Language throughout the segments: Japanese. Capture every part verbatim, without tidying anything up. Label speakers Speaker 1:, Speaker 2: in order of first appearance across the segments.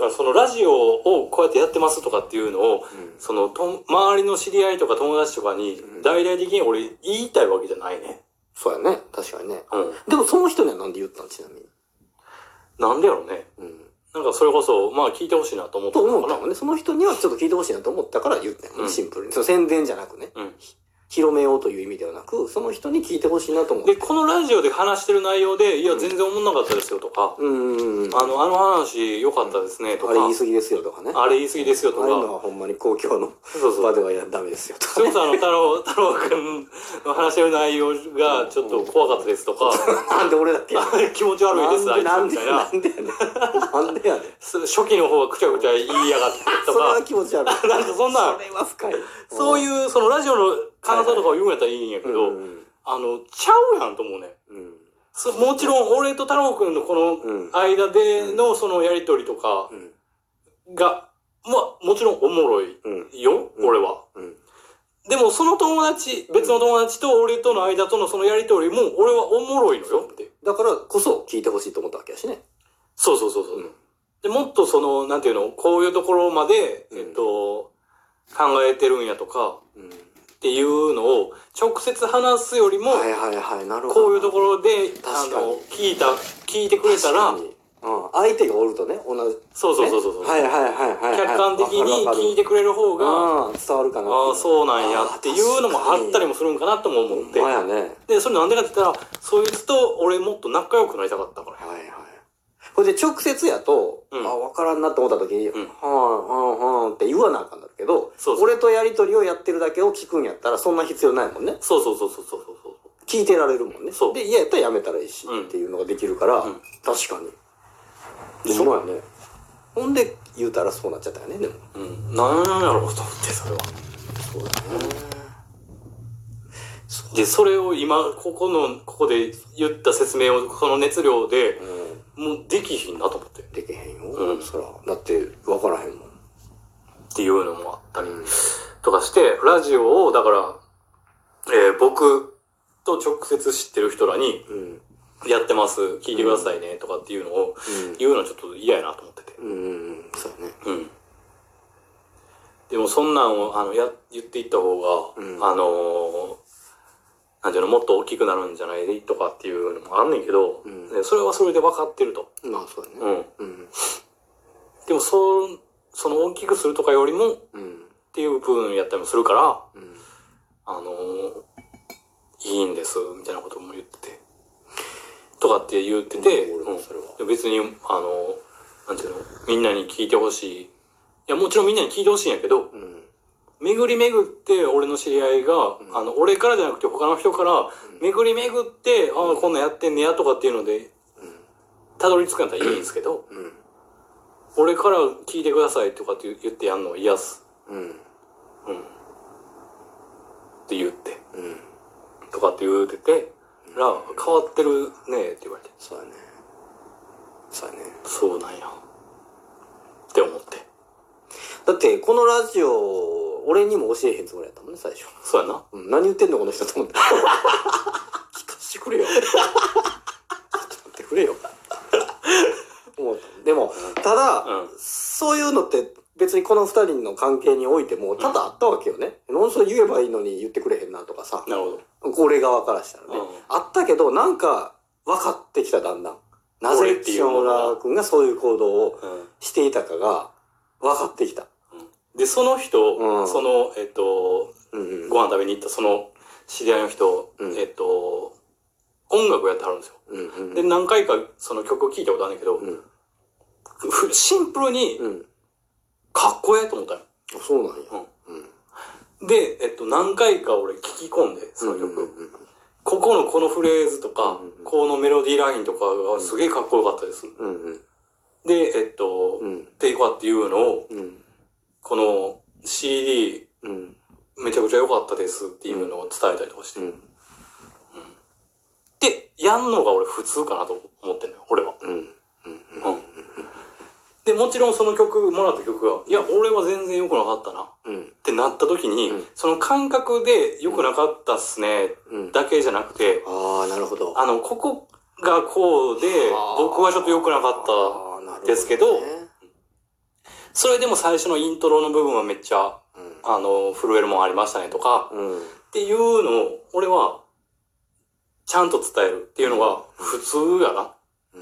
Speaker 1: からそのラジオをこうやってやってますとかっていうのを、うん、そのと、周りの知り合いとか友達とかに、大々的に俺言いたいわけじゃないね。
Speaker 2: そうやね。確かにね。うん。でもその人にはなんで言ったんちなみに。
Speaker 1: なんでやろうね。うん。なんかそれこそ、まあ聞いてほしいなと思った
Speaker 2: のかな。と思ったもんね。その人にはちょっと聞いてほしいなと思ったから言ったよね。うん、シンプルに。その宣伝じゃなくね。うん。広めようという意味ではなく、その人に聞いてほしいなと思って。
Speaker 1: で、このラジオで話してる内容で、いや、全然思んなかったですよとか、うん、あの、あの話良かったですねとか、
Speaker 2: あれ言い過ぎですよとかね。
Speaker 1: あれ言い過ぎですよとか。あ
Speaker 2: あいうのはほんまに公共の場ではやダメですよとか、
Speaker 1: ね。そうそう、あの、太郎、太郎くんの話してる内容がちょっと怖かったですとか、
Speaker 2: なんで俺だっけ
Speaker 1: 気持ち悪いです、あいつ
Speaker 2: みたいな。なんでやねん。なんでやねん。
Speaker 1: 初期の方はくちゃくちゃ言いやがってとか。
Speaker 2: それは気持ち悪い。
Speaker 1: なんかそんな、
Speaker 2: それは深い。
Speaker 1: そういう、そのラジオの感想とかを言うんやったらいいんやけど、あの、ちゃうやんと思うね。うん、もちろん、俺と太郎くんのこの間でのそのやりとりとかが、まあ、もちろんおもろいよ、うん、俺は、うん。でも、その友達、別の友達と俺との間とのそのやりとりも、俺はおもろいのよって。
Speaker 2: だからこそ聞いてほしいと思ったわけやしね。
Speaker 1: そうそうそうそう。うん、で、もっとその、なんていうの、こういうところまで、えっと、考えてるんやとか、うんっていうのを直接話すよりも、
Speaker 2: はいはいはい、なるほど。
Speaker 1: こういうところで、あの、聞いた、聞いてくれたら、うん、
Speaker 2: 相手がおるとね、同じ。
Speaker 1: そうそうそうそう。
Speaker 2: はいはいはいはい。
Speaker 1: 客観的に聞いてくれる方が、
Speaker 2: 伝わるかな。
Speaker 1: ああ、そうなんやっていうのもあったりもするんかなとも思って。
Speaker 2: まあね。
Speaker 1: で、それなんでかって言ったら、そいつと俺もっと仲良くなりたかったから。
Speaker 2: はいはい。これで直接やと、うん、あ、わからんなって思った時に、うん、はぁ、はぁ、はぁって言わなあかんだけど、そうそう俺とやりとりをやってるだけを聞くんやったら、そんな必要ないもんね。
Speaker 1: そうそうそうそうそうそう。
Speaker 2: 聞いてられるもんね。そう。で、嫌やったらやめたらいいし、うん、っていうのができるから、うん、確かに。でしょやね。ほんで、言うたらそうなっちゃったよね、でも。
Speaker 1: うん。なんやろうと思って、それは。
Speaker 2: そうだね。
Speaker 1: で、それを今、ここの、ここで言った説明を、この熱量で、うんもうできひんなと思って。
Speaker 2: できへんよ。うん。そら。だって、わからへんもん。
Speaker 1: っていうのもあったり、とかして、ラジオを、だから、えー、僕と直接知ってる人らに、やってます、聞いてくださいね、とかっていうのを、言うのはちょっと嫌やなと思ってて。
Speaker 2: うん、うん、そうね。
Speaker 1: うん。でも、そんなんを、あの、や、言っていった方が、うん、あのー、なんていうの、もっと大きくなるんじゃないとかっていうのもあんねんけど、うん、それはそれで分かってると。
Speaker 2: まあ、そうだね。
Speaker 1: うん。うん、でも、そ、その大きくするとかよりも、うん、っていう部分やったりもするから、うん、あのー、いいんです、みたいなことも言ってて。とかって言ってて、うん、それは別に、あのー、なんていうの、みんなに聞いてほしい。いや、もちろんみんなに聞いてほしいんやけど、うん巡り巡って俺の知り合いが、うん、あの、俺からじゃなくて他の人から、うん、巡り巡って、ああ、こんなんやってんねやとかっていうので、たどり着くんやったらいいんですけど、うん、俺から聞いてくださいとかって言ってやんのは嫌っす。うん。うん。って言って、うん。とかって言ってて、ら、変わってるねって言われて。
Speaker 2: そうやね。そうやね。
Speaker 1: そうなんや。って思って。
Speaker 2: だって、このラジオ、俺にも教えへんつもりやったもんね、最初。
Speaker 1: そうやな。
Speaker 2: うん、何言ってんのこの人と思って。聞かしてくれよ。ちょっと待ってくれよ。思った。でも、ただ、うん、そういうのって別にこの二人の関係においても多々あったわけよね。うん、なんそれ言えばいいのに言ってくれへんなとかさ。
Speaker 1: なるほど。
Speaker 2: 俺側からしたらね。うん、あったけど、なんか分かってきた、だんだん。なぜ島村君がそういう行動をしていたかが分かってきた。
Speaker 1: で、その人、うん、その、えっと、うんうん、ご飯食べに行ったその知り合いの人、うん、えっと、音楽をやってはるんですよ。うんうん、で、何回かその曲を聴いたことあるんだけど、うん、シンプルに、かっこええと思ったよ。
Speaker 2: そうなんや、
Speaker 1: うん。で、えっと、何回か俺聞き込んで、その曲。うんうんうん、ここのこのフレーズとか、うんうん、このメロディーラインとかがすげえかっこよかったです。うんうん、で、えっと、うん、っていうかっていうのを、うんこの シーディー、うん、めちゃくちゃ良かったですっていうのを伝えたりとかして。うんうん、で、やんのが俺普通かなと思ってんのよ、俺は。うんうんうん、で、もちろんその曲、もらった曲が、いや、俺は全然良くなかったな。うん、ってなった時に、うん、その感覚で良くなかったっすね、うん、だけじゃなくて、
Speaker 2: ああ、なるほど。
Speaker 1: あの、ここがこうで、僕はちょっと良くなかったですけど、 それでも最初のイントロの部分はめっちゃ、うん、あの、震えるもんありましたねとか、うん、っていうのを、俺は、ちゃんと伝えるっていうのが普通やな。
Speaker 2: うん、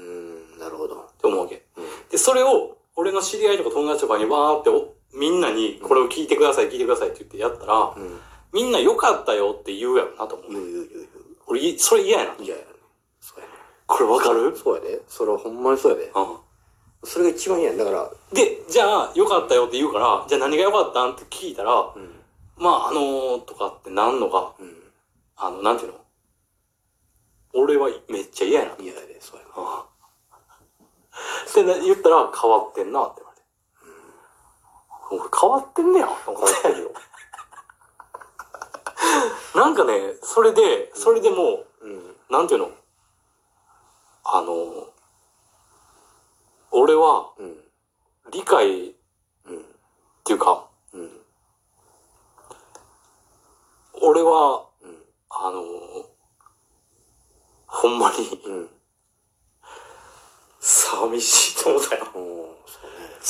Speaker 2: なるほど。
Speaker 1: って思うわけ。うん、で、それを、俺の知り合いとか友達とかにわーって、みんなに、これを聞いてください、聞いてくださいって言ってやったら、うん、みんな良かったよって言うやろなと思う。言う言う言う。俺、それ嫌やな。
Speaker 2: 嫌やね。そうやね。
Speaker 1: これわかる？
Speaker 2: そうやで。それはほんまにそうやで。うん。それが一番嫌やん。だから。
Speaker 1: で、じゃあ、良かったよって言うから、じゃあ何が良かったんって聞いたら、うん、まあ、あのー、とかってなんのが、うん、あの、なんていうの？俺はめっちゃ嫌やな。
Speaker 2: 嫌やで、そうや
Speaker 1: な。って言ったら、変わってんなって言われて。うん、俺変わってんねや。変わってるよ。なんかね、それで、それでもう、うん、なんていうの？あの、俺は、理解、っていうか、うん、俺は、うん、あの、ほんまに、うん、寂しいと思ったよ。